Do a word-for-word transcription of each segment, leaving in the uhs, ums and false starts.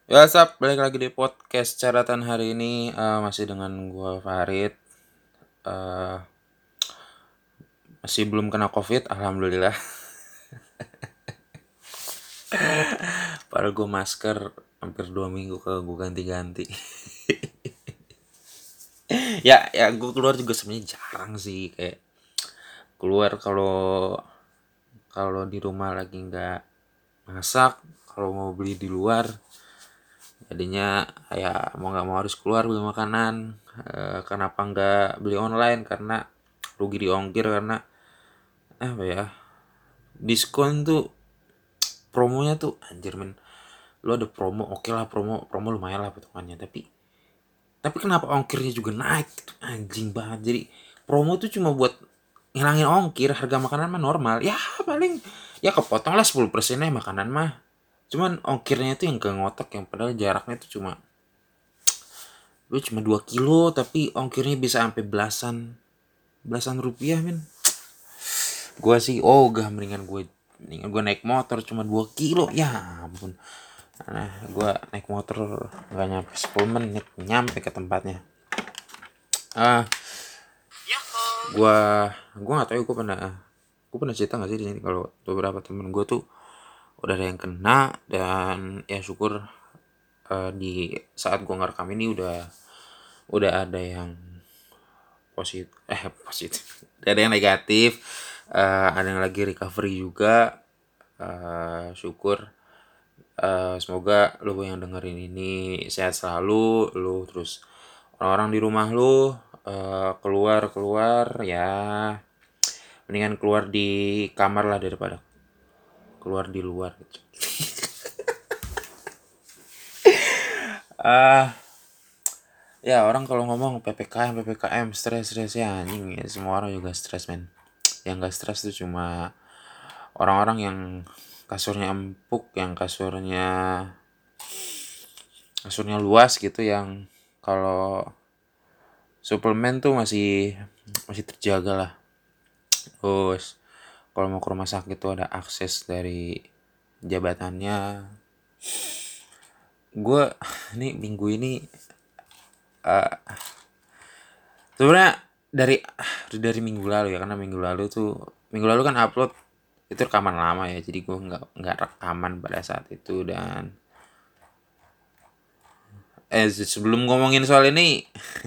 Ya, Sap, balik lagi di podcast catatan hari ini eh, masih dengan gua Farid. Eh, Masih belum kena Covid, alhamdulillah. Padahal gue masker hampir dua minggu ke gue ganti-ganti. Ya, ya gue keluar juga sebenarnya jarang sih, kayak keluar kalau kalau di rumah lagi nggak masak, kalau mau beli di luar. Jadinya ya mau nggak mau harus keluar beli makanan. Eh, kenapa nggak beli online? Karena rugi di ongkir, karena apa ya, diskon tuh, promonya tuh anjir men. Lo ada promo, oke lah, promo promo lumayan lah potongannya, tapi tapi kenapa ongkirnya juga naik gitu, anjing banget. Jadi promo tuh cuma buat ngilangin ongkir, harga makanan mah normal ya, paling ya kepotong lah sepuluh persennya makanan mah, cuman ongkirnya tuh yang ke ngotak, yang padahal jaraknya tuh cuma lu cuma dua kilo tapi ongkirnya bisa sampai belasan belasan rupiah men. Gua sih oh gak, mendingan gue mendingan gue naik motor cuma dua kilo, ya ampun. Nah, gue naik motor nggak nyampe sepuluh menit nyampe ke tempatnya. Ah, gue gue nggak tahu, gue pernah gue pernah cerita nggak sih di sini kalau beberapa temen gue tuh udah ada yang kena, dan ya syukur eh, di saat gue ngerekam ini udah udah ada yang positif, eh positif, udah ada yang negatif, eh, ada yang lagi recovery juga. Eh, syukur. Eh, semoga lu yang dengerin ini sehat selalu, lu terus orang-orang di rumah lu eh, keluar keluar ya, mendingan keluar di kamar lah daripada keluar di luar gitu. Ah, ya orang kalau ngomong P P K M P P K M stres stres ya anjing ya, semua orang juga stres men. Yang gak stres tuh cuma orang-orang yang kasurnya empuk, yang kasurnya kasurnya luas gitu, yang kalau suplemen tuh masih masih terjaga lah. Terus kalau mau ke rumah sakit tuh ada akses dari jabatannya. Gue ini minggu ini uh, sebenarnya dari dari minggu lalu ya, karena minggu lalu tuh minggu lalu kan upload itu rekaman lama ya, jadi gue nggak nggak rekaman pada saat itu. Dan eh sebelum ngomongin soal ini,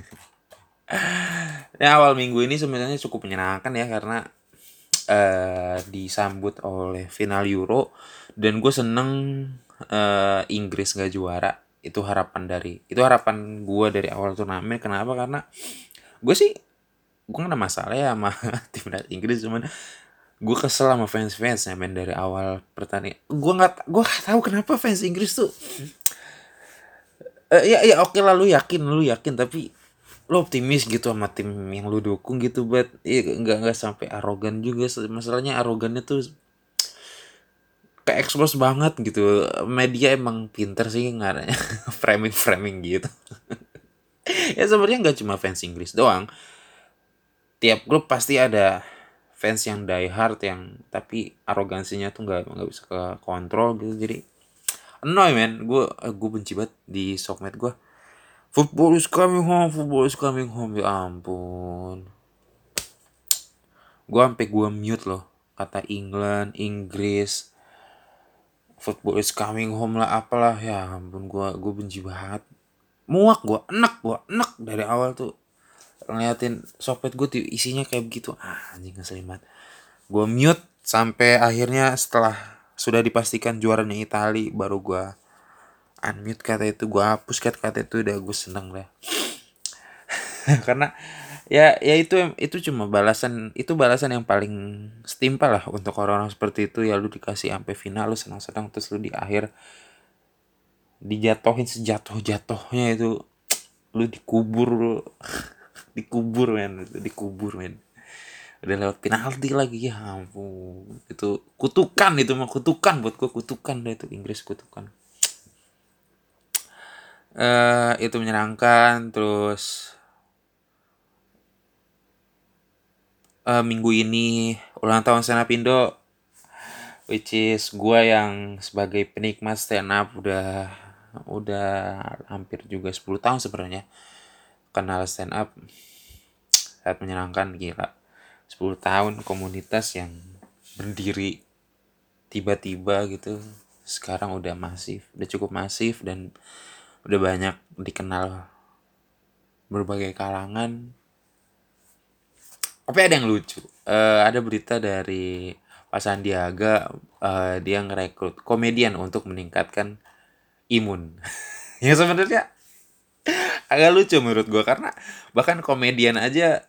ya awal minggu ini sebenarnya cukup menyenangkan ya, karena eh disambut oleh final Euro, dan gue seneng eh, Inggris gak juara. Itu harapan dari itu harapan gue dari awal turnamen. Kenapa? Karena gue sih gue gak ada masalah ya sama timnas Inggris, cuman gue kesel sama fans fansnya main dari awal pertandingan. Gue nggak gue gak tahu kenapa fans Inggris tuh eh, ya ya oke lah, lu yakin lu yakin tapi lo optimis gitu sama tim yang lu dukung gitu, but ya nggak nggak sampai arogan juga. Masalahnya arogannya tuh kayak expose banget gitu. Media emang pinter sih ngaranya framing framing gitu. Ya sebenarnya nggak cuma fans Inggris doang, tiap grup pasti ada fans yang die hard, yang tapi arogansinya tuh nggak nggak bisa ke kontrol gitu. Jadi annoy man, gue gue benci banget di sokmed gue, football is coming home, football is coming home, ya ampun. Gue sampai gue mute loh kata England, Inggris, football is coming home lah apalah, ya ampun. gue gue benci banget, muak gue, enak gue enak dari awal tuh ngeliatin sosmed gue tuh isinya kayak begitu. Ah, anjing ngeselin banget. Gue mute sampai akhirnya setelah sudah dipastikan juaranya Itali, baru gue unmute kata itu, gue hapus kata kata itu, udah gue seneng deh. Karena ya ya itu itu cuma balasan, itu balasan yang paling setimpal lah untuk orang-orang seperti itu. Ya lu dikasih sampai final, lu senang-senang, terus lu di akhir dijatohin sejatuh-jatuhnya itu, lu dikubur lu. Dikubur men, itu dikubur men, udah lewat penalti lagi, ya ampun. Itu kutukan, itu mah kutukan buat gue, kutukan deh itu Inggris, kutukan. Eh itu menyenangkan. Terus eh, minggu ini ulang tahun Senapindo, which is gue yang sebagai penikmat stand up udah udah hampir juga sepuluh tahun sebenarnya kenal stand up. Sangat menyenangkan, gila. sepuluh tahun komunitas yang berdiri tiba-tiba gitu sekarang udah masif, udah cukup masif dan udah banyak dikenal berbagai kalangan. Tapi ada yang lucu. Eh, ada berita dari Pak Sandiaga, eh, dia ngerekrut komedian untuk meningkatkan imun. Yang sebenarnya agak lucu menurut gue karena bahkan komedian aja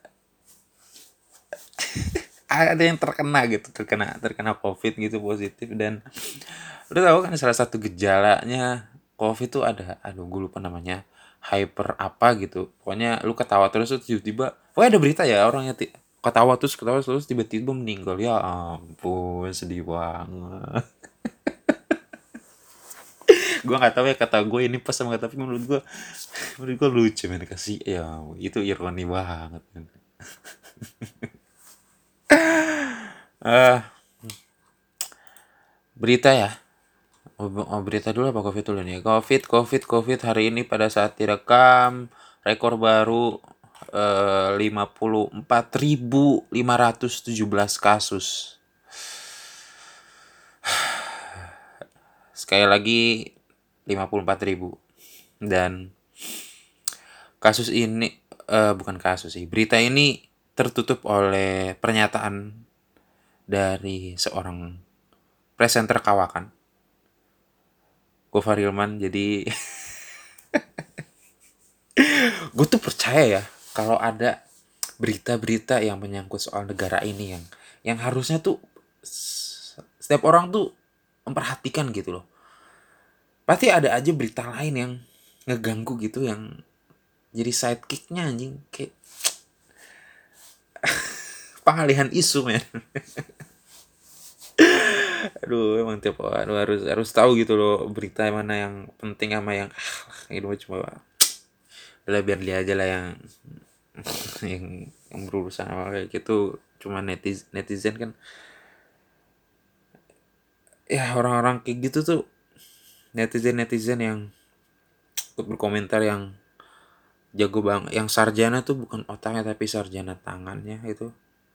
ada yang terkena gitu, terkena terkena COVID gitu positif. Dan udah tahu kan salah satu gejalanya COVID tuh ada, aduh gue lupa namanya, hyper apa gitu. Pokoknya lu ketawa terus tuh tiba-tiba, pokoknya ada berita ya orangnya ti- ketawa terus ketawa terus tiba-tiba meninggal. Ya ampun, sedih banget. Gue nggak tahu ya kata gue ini pas sama tapi menurut gue menurut gue lucu men, kasih ya itu ironi banget men. Eh berita ya. Oh, oh, berita dulu apa COVID dulu nih? COVID, COVID, COVID hari ini pada saat direkam rekor baru eh, lima puluh empat ribu lima ratus tujuh belas kasus. Sekali lagi lima puluh empat ribu. Dan kasus ini eh, bukan kasus sih. Berita ini tertutup oleh pernyataan dari seorang presenter kawakan, Gofar Hilman. Jadi gue tuh percaya ya kalau ada berita-berita yang menyangkut soal negara ini yang yang harusnya tuh setiap orang tuh memperhatikan gitu loh. Pasti ada aja berita lain yang ngeganggu gitu, yang jadi sidekicknya anjing, kayak pengalihan isu men. Aduh emang tiap orang harus harus tahu gitu loh berita mana yang penting sama yang ah, itu cuma udah biar dia aja lah yang yang, yang berurusan sama kayak gitu. Cuma netizen netizen kan ya, orang-orang kayak gitu tuh, netizen netizen yang ikut berkomentar yang jago banget, yang sarjana tuh bukan otaknya tapi sarjana tangannya itu.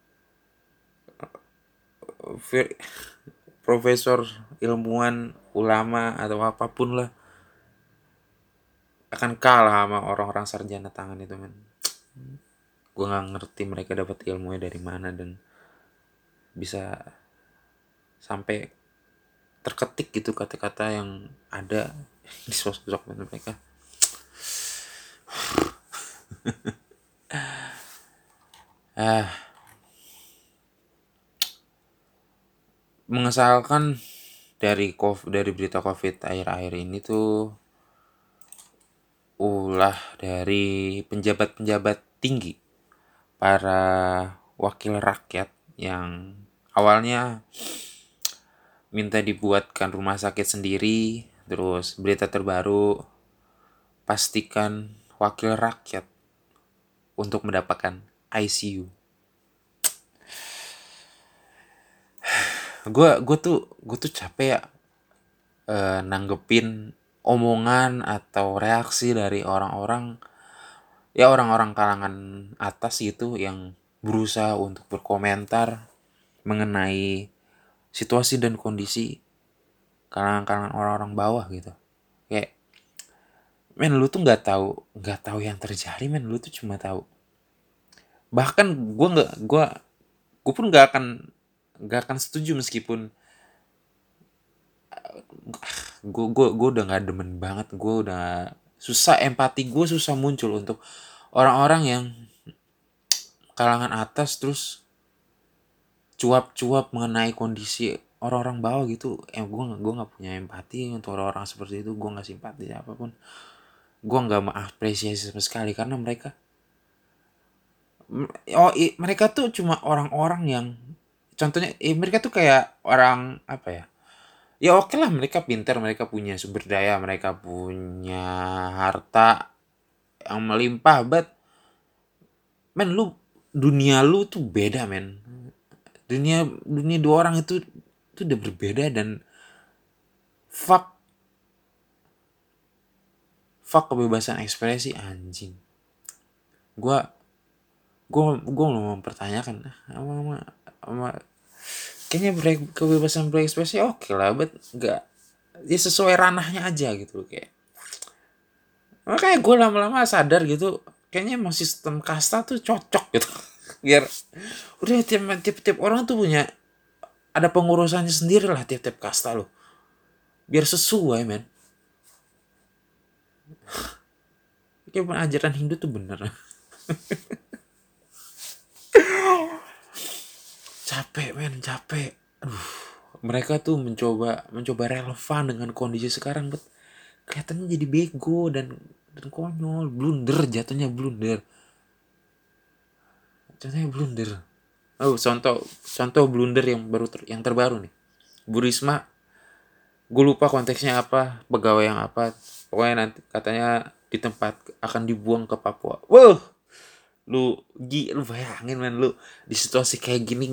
Profesor, ilmuwan, ulama atau apapun lah akan kalah sama orang-orang sarjana tangan itu men. Gue nggak ngerti mereka dapat ilmunya dari mana dan bisa sampai terketik gitu kata-kata yang ada di sosok mereka. Ah, mengesalkan dari COVID, dari berita COVID akhir-akhir ini tuh ulah dari penjabat-penjabat tinggi, para wakil rakyat yang awalnya minta dibuatkan rumah sakit sendiri. Terus berita terbaru, pastikan wakil rakyat untuk mendapatkan I C U. Gue gue tuh gue tuh capek ya eh, nanggepin omongan atau reaksi dari orang-orang, ya orang-orang kalangan atas gitu yang berusaha untuk berkomentar mengenai situasi dan kondisi kalangan-kalangan orang-orang bawah gitu. Kayak men lu tuh nggak tahu nggak tahu yang terjadi men, lu tuh cuma tahu, bahkan gue nggak gue gue pun nggak akan nggak akan setuju meskipun gue gue gue udah nggak demen banget, gue udah susah, empati gue susah muncul untuk orang-orang yang kalangan atas terus cuap-cuap mengenai kondisi orang-orang bawah gitu. Eh gue gue nggak punya empati untuk orang-orang seperti itu, gue nggak simpati apapun, gue nggak mengapresiasi sama sekali karena mereka oh i, mereka tuh cuma orang-orang yang contohnya eh, mereka tuh kayak orang apa ya, ya oke lah mereka pintar, mereka punya sumber daya, mereka punya harta yang melimpah, but men lu dunia lu tuh beda men, dunia dunia dua orang itu itu udah berbeda. Dan fuck fuck kebebasan ekspresi anjing. Gua gua gua mau mempertanyakan sama sama, sama kayaknya ber- kebebasan berekspresi oke okay lah, but nggak ya sesuai ranahnya aja gitu kayak. Makanya gue lama-lama sadar gitu, kayaknya emang sistem kasta tuh cocok gitu. Biar udah tiap tiap tiap orang tuh punya ada pengurusannya sendiri lah tiap-tiap kasta loh. Biar sesuai men. Kayak ajaran Hindu tuh bener. Capek men, capek. Aduh, mereka tuh mencoba mencoba relevan dengan kondisi sekarang, bet kelihatannya jadi bego dan dan konyol, blunder jatuhnya blunder. Jatuhnya blunder. Oh, contoh contoh blunder yang baru ter, yang terbaru nih. Bu Risma, gue lupa konteksnya apa, pegawai yang apa. Pokoknya nanti katanya di tempat akan dibuang ke Papua. Wow, lu gi lu bayangin men, lu di situasi kayak gini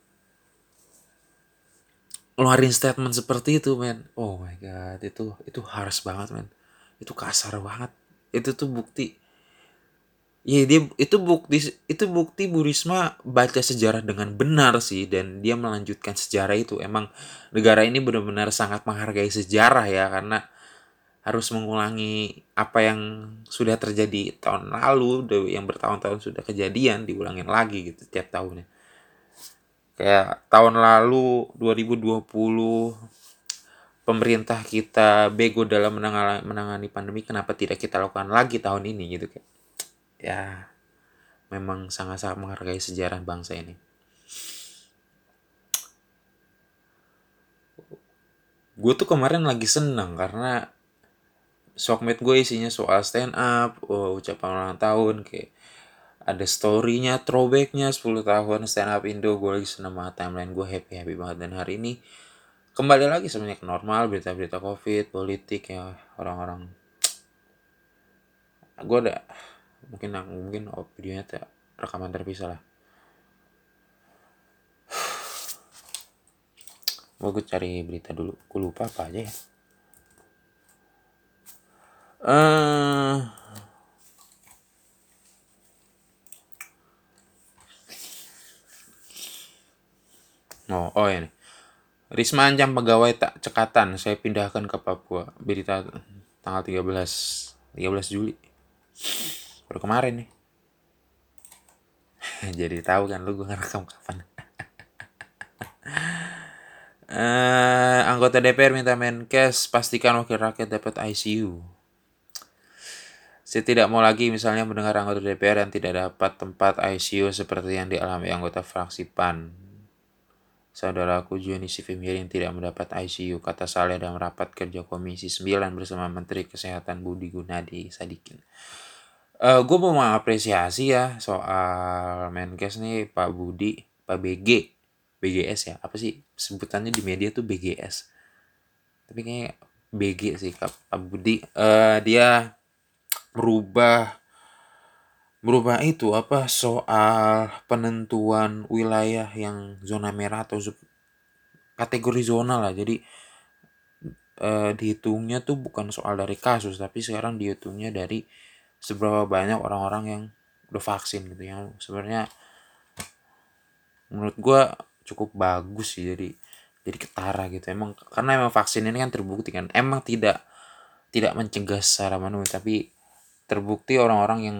ngeluarin statement seperti itu men. Oh my god, itu itu harsh banget men, itu kasar banget. Itu tuh bukti ya dia itu bukti itu bukti Bu Risma baca sejarah dengan benar sih, dan dia melanjutkan sejarah itu. Emang negara ini benar-benar sangat menghargai sejarah ya, karena harus mengulangi apa yang sudah terjadi tahun lalu, yang bertahun-tahun sudah kejadian diulangin lagi gitu tiap tahunnya. Kayak tahun lalu dua ribu dua puluh pemerintah kita bego dalam menangani, menangani pandemi, kenapa tidak kita lakukan lagi tahun ini gitu kayak. Ya, memang sangat-sangat menghargai sejarah bangsa ini. Gue tuh kemarin lagi seneng karena sosmed gue isinya soal stand up, oh, ucapan ulang tahun, kayak ada story-nya, throwback-nya sepuluh tahun stand up Indo. Gue lagi seneng banget, timeline gue happy-happy banget. Dan hari ini kembali lagi semuanya ke normal, berita-berita covid, politik ya, orang-orang. Gue ada mungkin mungkin oh, videonya tuh rekaman terpisah lah. Gue cari berita dulu, gue lupa apa aja ya. Eh uh, oh, oh ini. Risma ancam pegawai tak cekatan, saya pindahkan ke Papua. Berita tanggal tiga belas Juli. Baru kemarin nih. Jadi tahu kan lu gue ngerekam kapan. Eh, anggota D P R minta Menkes pastikan wakil rakyat dapat I C U. Saya tidak mau lagi misalnya mendengar anggota D P R yang tidak dapat tempat I C U seperti yang dialami anggota fraksi P A N. Saudaraku Joni Sifimirin tidak mendapat I C U, kata Saleh dalam rapat kerja Komisi sembilan bersama Menteri Kesehatan Budi Gunadi Sadikin. Uh, gue mau mengapresiasi ya soal Menkes nih Pak Budi, Pak B G, B G S ya, apa sih sebutannya di media tuh B G S. Tapi kayak B G sih Pak Budi. Uh, dia merubah merubah itu apa soal penentuan wilayah yang zona merah atau kategori zona lah. Jadi eh, dihitungnya tuh bukan soal dari kasus, tapi sekarang dihitungnya dari seberapa banyak orang-orang yang udah vaksin gitu, yang sebenarnya menurut gue cukup bagus sih. Jadi jadi ketara gitu emang, karena emang vaksin ini kan terbukti kan emang tidak tidak mencegah secara manual, tapi terbukti orang-orang yang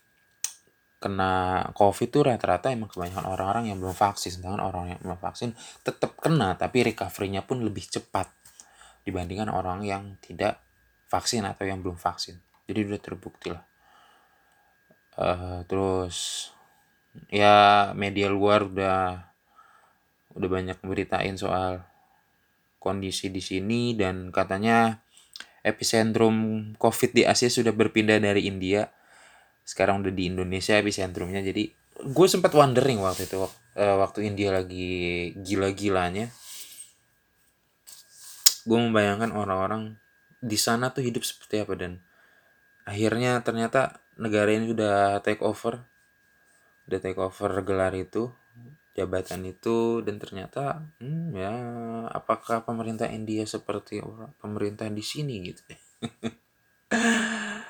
kena covid tuh rata-rata emang kebanyakan orang-orang yang belum vaksin, sedangkan orang yang belum vaksin tetap kena tapi recovery-nya pun lebih cepat dibandingkan orang yang tidak vaksin atau yang belum vaksin. Jadi udah terbukti lah. Uh, terus ya media luar udah udah banyak beritain soal kondisi di sini, dan katanya epicentrum covid di Asia sudah berpindah dari India, sekarang udah di Indonesia epicentrumnya. Jadi gue sempat wondering waktu itu, uh, waktu India lagi gila-gilanya, gue membayangkan orang-orang di sana tuh hidup seperti apa, dan akhirnya ternyata negara ini udah take over udah take over gelar itu, jabatan itu, dan ternyata hmm, ya apakah pemerintah India seperti orang pemerintah di sini gitu.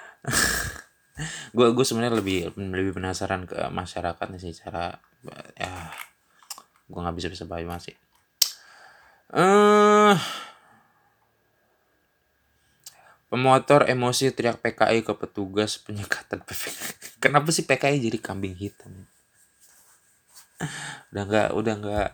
gue gue sebenarnya lebih lebih penasaran ke masyarakatnya sih, cara ya gue nggak bisa bisa bayar masih eh pemotor emosi teriak P K I ke petugas penyekatan P P K. Kenapa sih P K I jadi kambing hitam? Udah nggak, udah nggak,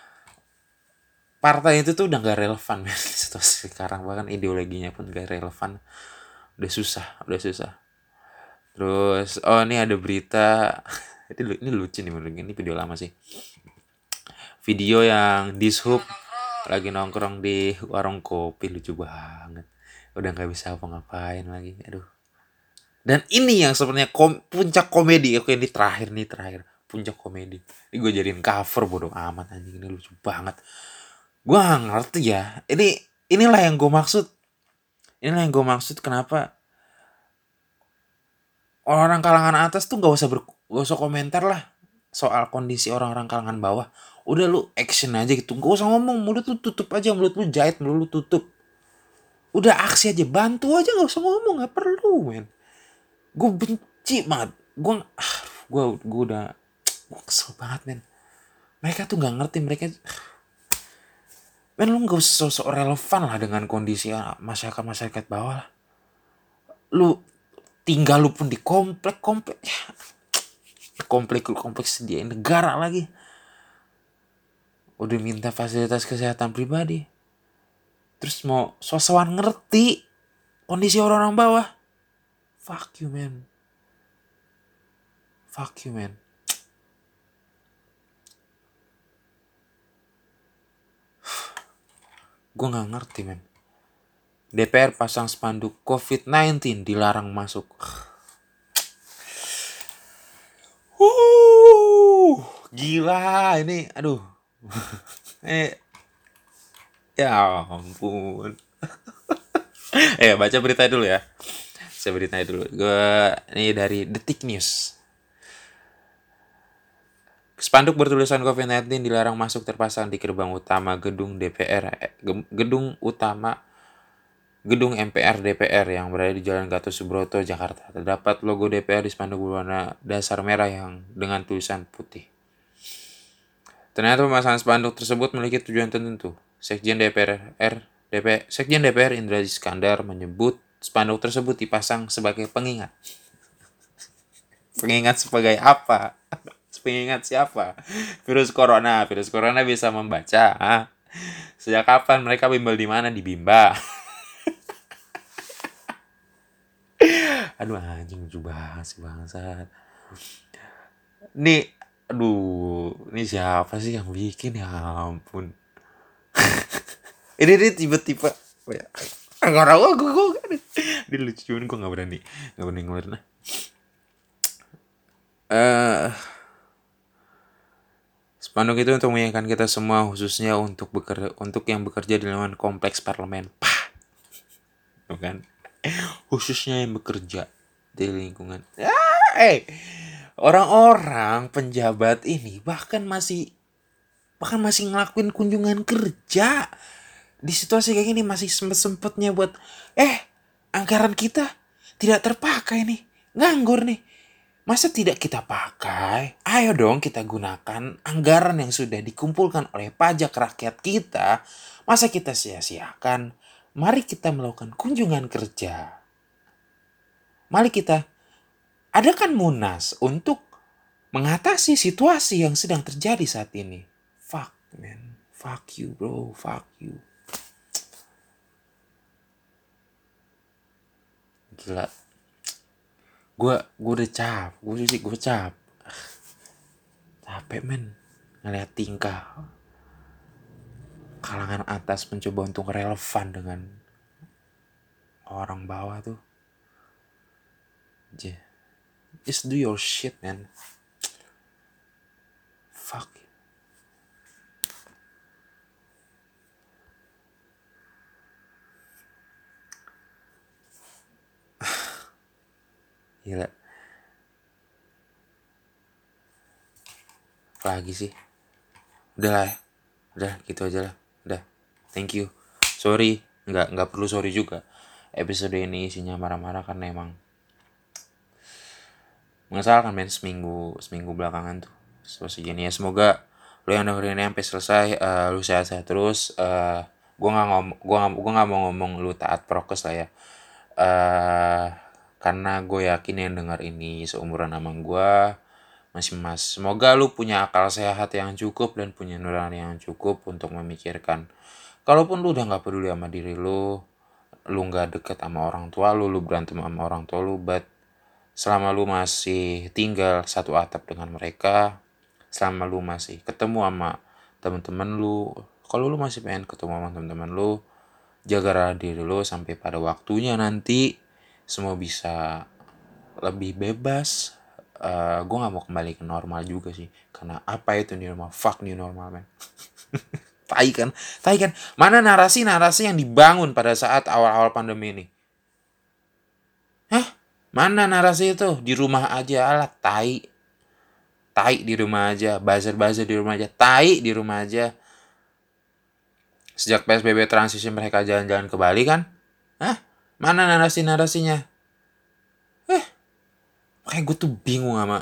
partai itu tuh udah nggak relevan men. Situasi sekarang bahkan ideologinya pun gak relevan. Udah susah, udah susah. Terus oh ini ada berita ini, ini lucu nih menurut ini video lama sih. Video yang dishub lagi nongkrong di warung kopi, lucu banget. Udah nggak bisa apa-ngapain lagi, aduh. Dan ini yang sebenarnya kom- puncak komedi. Oke, ini terakhir nih, terakhir puncak komedi. Ini gue jadiin cover, bodoh amat anjing, ini lucu banget. Gue gak ngerti ya. Ini inilah yang gue maksud. Inilah yang gue maksud kenapa orang-orang kalangan atas tuh gak usah ber, gak usah komentar lah soal kondisi orang-orang kalangan bawah. Udah lu action aja gitu. Gak usah ngomong, mulut lu tutup aja, mulut lu jahit, mulut lu tutup. Udah aksi aja, bantu aja, gak usah ngomong, gak perlu men. Gue benci banget. Gue, ah, gue, gue udah, gue kesel banget men. Mereka tuh gak ngerti, mereka, men lu gak usah sosok relevan lah dengan kondisi masyarakat-masyarakat bawah lah. Lu tinggal lu pun di komplek-komplek, ya, komplek lu kompleks sediain negara lagi. Udah minta fasilitas kesehatan pribadi. Terus mau sosokan ngerti kondisi orang-orang bawah. Fuck you man. Fuck you man. Gue gak ngerti men. D P R pasang spanduk covid sembilan belas dilarang masuk. Uh, gila ini, aduh. eh, ya ampun. eh baca berita dulu ya. Saya berita dulu. Gue ini dari Detik News. Spanduk bertulisan covid sembilan belas dilarang masuk terpasang di gerbang utama gedung D P R, gedung utama gedung M P R D P R yang berada di Jalan Gatot Subroto, Jakarta. Terdapat logo D P R di spanduk berwarna dasar merah yang dengan tulisan putih. Ternyata pemasangan spanduk tersebut memiliki tujuan tertentu. Sekjen D P R, D P, Sekjen D P R Indra Iskandar menyebut spanduk tersebut dipasang sebagai pengingat. Pengingat sebagai apa? Pengingat siapa? Virus corona. Virus corona bisa membaca. Ah. Sejak kapan mereka bimbel di mana? Di Bimba. Aduh anjing, lucu banget sih bangsat. Nih, aduh, ini siapa sih yang bikin, ya ampun. ini dia tiba-tiba oh ya. Enggak tahu gue gue. Dia lucu, cuman gue enggak berani. Enggak berani ngeluarin lah. Eh Spanduk itu untuk mengingatkan kita semua, khususnya untuk bekerja, untuk yang bekerja di lingkungan kompleks parlemen. Pah. Bukan? Khususnya yang bekerja di lingkungan. Ya, eh. Orang-orang penjabat ini bahkan masih bahkan masih ngelakuin kunjungan kerja. Di situasi kayak gini masih sempet-sempetnya buat eh anggaran kita tidak terpakai nih. Nganggur nih. Masa tidak kita pakai? Ayo dong kita gunakan anggaran yang sudah dikumpulkan oleh pajak rakyat kita. Masa kita sia-siakan? Mari kita melakukan kunjungan kerja. Mari kita adakan munas untuk mengatasi situasi yang sedang terjadi saat ini. Fuck man. Fuck you bro. Fuck you. Gila. Gue gue udah cap. Gue sih gue cap. Capek men. Ngeliat tingkah kalangan atas mencoba untuk relevan dengan orang bawah tuh. Just do your shit man. Fuck. Gila. Lagi sih. Udah lah ya. Udah gitu aja lah. Udah. Thank you. Sorry. Nggak, nggak perlu sorry juga. Episode ini isinya marah-marah karena emang mengesal kan men, seminggu seminggu belakangan tuh so segini ya. Semoga lu yang dengerin ini sampai selesai, uh, lu sehat-sehat terus. uh, gue nggak ngom gue nggak gue nggak mau ngomong lu taat prokes lah ya, uh, karena gue yakin yang denger ini seumuran sama gue masih mas. Semoga lu punya akal sehat yang cukup dan punya nurani yang cukup untuk memikirkan, kalaupun lu udah nggak peduli sama diri lu, lu nggak deket sama orang tua lu, lu berantem sama orang tua lu, but selama lu masih tinggal satu atap dengan mereka, selama lu masih ketemu sama teman-teman lu, kalau lu masih pengen ketemu sama teman-teman lu, jagalah diri lu sampai pada waktunya nanti semua bisa lebih bebas. Uh, gue nggak mau kembali ke normal juga sih, karena apa itu new normal, fuck new normal man. Tai kan, tai kan. Mana narasi-narasi yang dibangun pada saat awal-awal pandemi ini? Hah? Mana narasi itu? Di rumah aja, alah tai. Tai di rumah aja, buzzer-buzzer di rumah aja, tai di rumah aja. Sejak P S B B transisi mereka jalan-jalan ke Bali kan? Hah? Mana narasi-narasinya? Eh, kayak gue tuh bingung sama.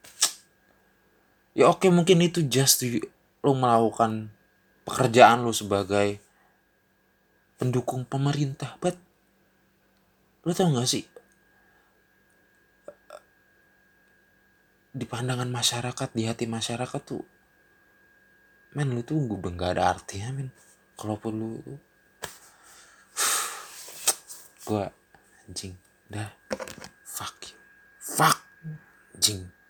Ya oke, mungkin itu just lo melakukan pekerjaan lo sebagai pendukung pemerintah, but lo tau gak sih, di pandangan masyarakat, di hati masyarakat tuh, men lu tuh udah gak ada artinya men. Kalaupun lu tuh, gue anjing, dah, fuck you, fuck, anjing.